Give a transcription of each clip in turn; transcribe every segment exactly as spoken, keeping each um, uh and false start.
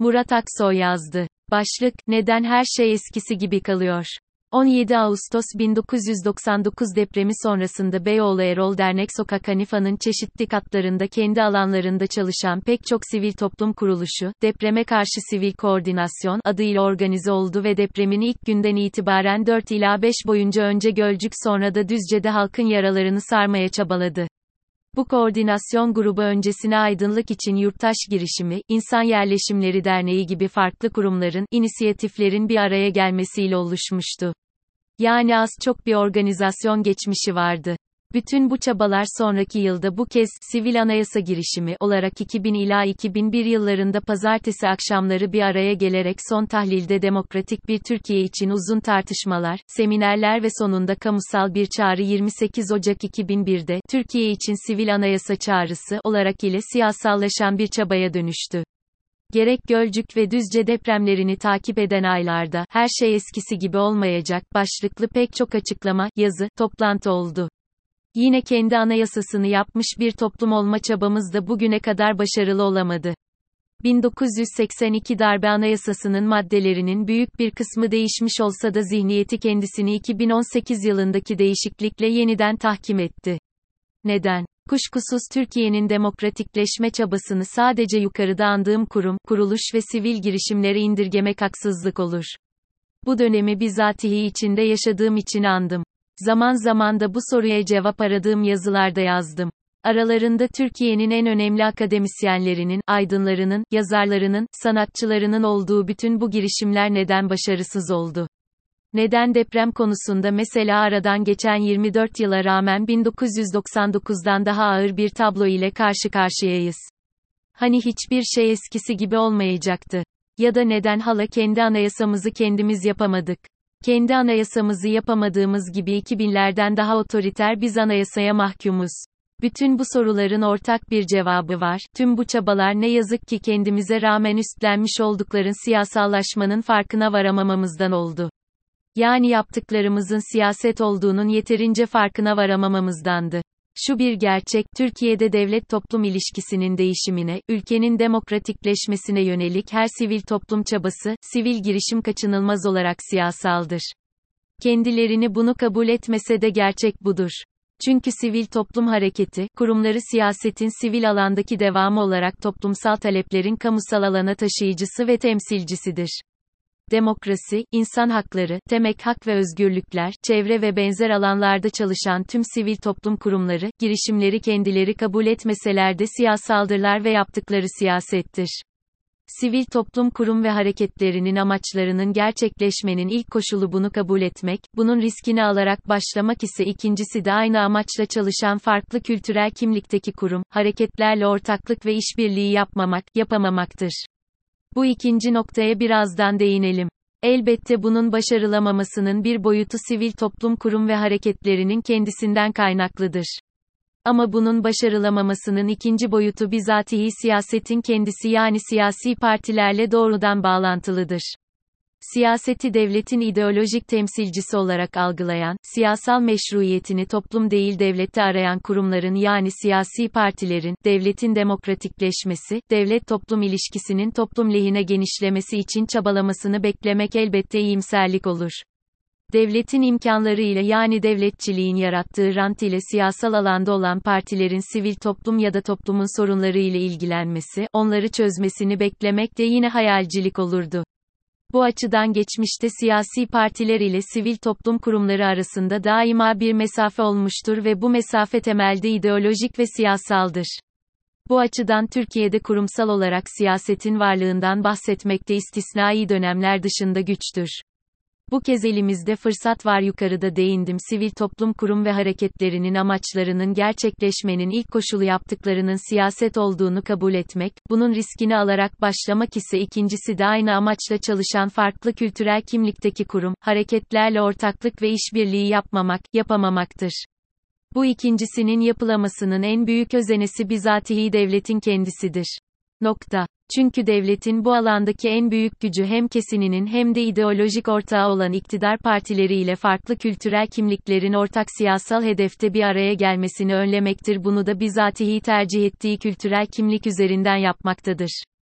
Murat Aksoy yazdı. Başlık, neden her şey eskisi gibi kalıyor? on yedi Ağustos bin dokuz yüz doksan dokuz depremi sonrasında Beyoğlu Erol Dernek Sokak Hanifa'nın çeşitli katlarında kendi alanlarında çalışan pek çok sivil toplum kuruluşu, depreme karşı sivil koordinasyon adıyla organize oldu ve depremin ilk günden itibaren dört ila beş boyunca önce Gölcük sonra da Düzce'de halkın yaralarını sarmaya çabaladı. Bu koordinasyon grubu öncesine Aydınlık için Yurttaş Girişimi, İnsan Yerleşimleri Derneği gibi farklı kurumların, inisiyatiflerin bir araya gelmesiyle oluşmuştu. Yani az çok bir organizasyon geçmişi vardı. Bütün bu çabalar sonraki yılda bu kez, Sivil Anayasa Girişimi olarak iki bin ila iki bin bir yıllarında pazartesi akşamları bir araya gelerek son tahlilde demokratik bir Türkiye için uzun tartışmalar, seminerler ve sonunda kamusal bir çağrı yirmi sekiz Ocak iki bin birde, Türkiye için Sivil Anayasa Çağrısı olarak ile siyasallaşan bir çabaya dönüştü. Gerek Gölcük ve Düzce depremlerini takip eden aylarda, her şey eskisi gibi olmayacak, başlıklı pek çok açıklama, yazı, toplantı oldu. Yine kendi anayasasını yapmış bir toplum olma çabamız da bugüne kadar başarılı olamadı. bin dokuz yüz seksen iki darbe anayasasının maddelerinin büyük bir kısmı değişmiş olsa da zihniyeti kendisini iki bin on sekiz yılındaki değişiklikle yeniden tahkim etti. Neden? Kuşkusuz Türkiye'nin demokratikleşme çabasını sadece yukarıda andığım kurum, kuruluş ve sivil girişimlere indirgemek haksızlık olur. Bu dönemi bizatihi içinde yaşadığım için andım. Zaman zaman da bu soruya cevap aradığım yazılarda yazdım. Aralarında Türkiye'nin en önemli akademisyenlerinin, aydınlarının, yazarlarının, sanatçılarının olduğu bütün bu girişimler neden başarısız oldu? Neden deprem konusunda mesela aradan geçen yirmi dört yıla rağmen bin dokuz yüz doksan dokuzdan daha ağır bir tablo ile karşı karşıyayız? Hani hiçbir şey eskisi gibi olmayacaktı? Ya da neden hala kendi anayasamızı kendimiz yapamadık? Kendi anayasamızı yapamadığımız gibi iki binlerden daha otoriter biz anayasaya mahkumuz. Bütün bu soruların ortak bir cevabı var. Tüm bu çabalar ne yazık ki kendimize rağmen üstlenmiş oldukların siyasallaşmanın farkına varamamamızdan oldu. Yani yaptıklarımızın siyaset olduğunun yeterince farkına varamamamızdandı. Şu bir gerçek, Türkiye'de devlet-toplum ilişkisinin değişimine, ülkenin demokratikleşmesine yönelik her sivil toplum çabası, sivil girişim kaçınılmaz olarak siyasaldır. Kendilerini bunu kabul etmese de gerçek budur. Çünkü sivil toplum hareketi, kurumları siyasetin sivil alandaki devamı olarak toplumsal taleplerin kamusal alana taşıyıcısı ve temsilcisidir. Demokrasi, insan hakları, temel hak ve özgürlükler, çevre ve benzer alanlarda çalışan tüm sivil toplum kurumları, girişimleri kendileri kabul etmeseler de siyasaldırlar ve yaptıkları siyasettir. Sivil toplum kurum ve hareketlerinin amaçlarının gerçekleşmenin ilk koşulu bunu kabul etmek, bunun riskini alarak başlamak ise ikincisi de aynı amaçla çalışan farklı kültürel kimlikteki kurum, hareketlerle ortaklık ve işbirliği yapmamak, yapamamaktır. Bu ikinci noktaya birazdan değinelim. Elbette bunun başarılamamasının bir boyutu sivil toplum kurum ve hareketlerinin kendisinden kaynaklıdır. Ama bunun başarılamamasının ikinci boyutu bizatihi siyasetin kendisi yani siyasi partilerle doğrudan bağlantılıdır. Siyaseti devletin ideolojik temsilcisi olarak algılayan, siyasal meşruiyetini toplum değil devlette arayan kurumların yani siyasi partilerin, devletin demokratikleşmesi, devlet-toplum ilişkisinin toplum lehine genişlemesi için çabalamasını beklemek elbette iyimserlik olur. Devletin imkanlarıyla yani devletçiliğin yarattığı rant ile siyasal alanda olan partilerin sivil toplum ya da toplumun sorunları ile ilgilenmesi, onları çözmesini beklemek de yine hayalcilik olurdu. Bu açıdan geçmişte siyasi partiler ile sivil toplum kurumları arasında daima bir mesafe olmuştur ve bu mesafe temelde ideolojik ve siyasaldır. Bu açıdan Türkiye'de kurumsal olarak siyasetin varlığından bahsetmek de istisnai dönemler dışında güçtür. Bu kez elimizde fırsat var yukarıda değindim sivil toplum kurum ve hareketlerinin amaçlarının gerçekleşmenin ilk koşulu yaptıklarının siyaset olduğunu kabul etmek, bunun riskini alarak başlamak ise ikincisi de aynı amaçla çalışan farklı kültürel kimlikteki kurum, hareketlerle ortaklık ve işbirliği yapmamak, yapamamaktır. Bu ikincisinin yapılamasının en büyük özenesi bizatihi devletin kendisidir. Nokta. Çünkü devletin bu alandaki en büyük gücü hem kesininin hem de ideolojik ortağı olan iktidar partileriyle farklı kültürel kimliklerin ortak siyasal hedefte bir araya gelmesini önlemektir. Bunu da bizatihi tercih ettiği kültürel kimlik üzerinden yapmaktadır.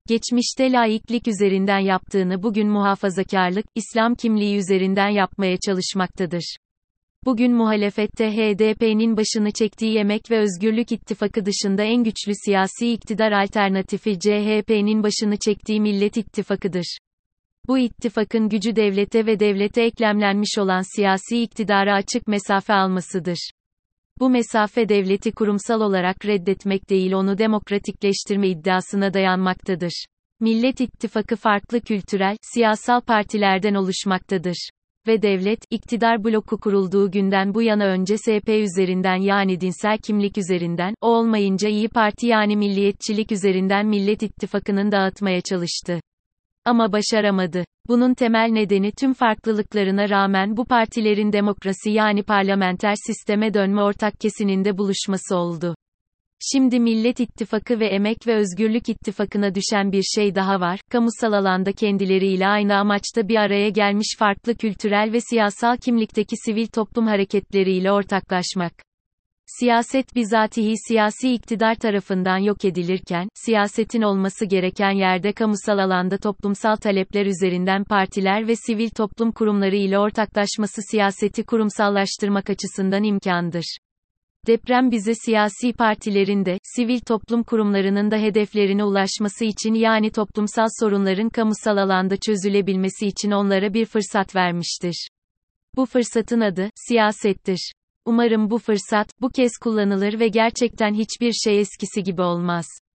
Geçmişte laiklik üzerinden yaptığını bugün muhafazakarlık, İslam kimliği üzerinden yapmaya çalışmaktadır. Bugün muhalefette H D P'nin başını çektiği Emek ve Özgürlük İttifakı dışında en güçlü siyasi iktidar alternatifi C H P'nin başını çektiği Millet İttifakı'dır. Bu ittifakın gücü devlete ve devlete eklemlenmiş olan siyasi iktidara açık mesafe almasıdır. Bu mesafe devleti kurumsal olarak reddetmek değil, onu demokratikleştirme iddiasına dayanmaktadır. Millet İttifakı farklı kültürel, siyasal partilerden oluşmaktadır. Ve devlet, iktidar bloku kurulduğu günden bu yana önce S P üzerinden, yani dinsel kimlik üzerinden, o olmayınca İyi Parti yani milliyetçilik üzerinden Millet İttifakı'nın dağıtmaya çalıştı. Ama başaramadı. Bunun temel nedeni tüm farklılıklarına rağmen bu partilerin demokrasi yani parlamenter sisteme dönme ortak kesininde buluşması oldu. Şimdi Millet İttifakı ve Emek ve Özgürlük İttifakı'na düşen bir şey daha var, kamusal alanda kendileriyle aynı amaçta bir araya gelmiş farklı kültürel ve siyasal kimlikteki sivil toplum hareketleriyle ortaklaşmak. Siyaset bizatihi siyasi iktidar tarafından yok edilirken, siyasetin olması gereken yerde kamusal alanda toplumsal talepler üzerinden partiler ve sivil toplum kurumları ile ortaklaşması siyaseti kurumsallaştırmak açısından imkandır. Deprem bize siyasi partilerin de, sivil toplum kurumlarının da hedeflerine ulaşması için yani toplumsal sorunların kamusal alanda çözülebilmesi için onlara bir fırsat vermiştir. Bu fırsatın adı, siyasettir. Umarım bu fırsat, bu kez kullanılır ve gerçekten hiçbir şey eskisi gibi olmaz.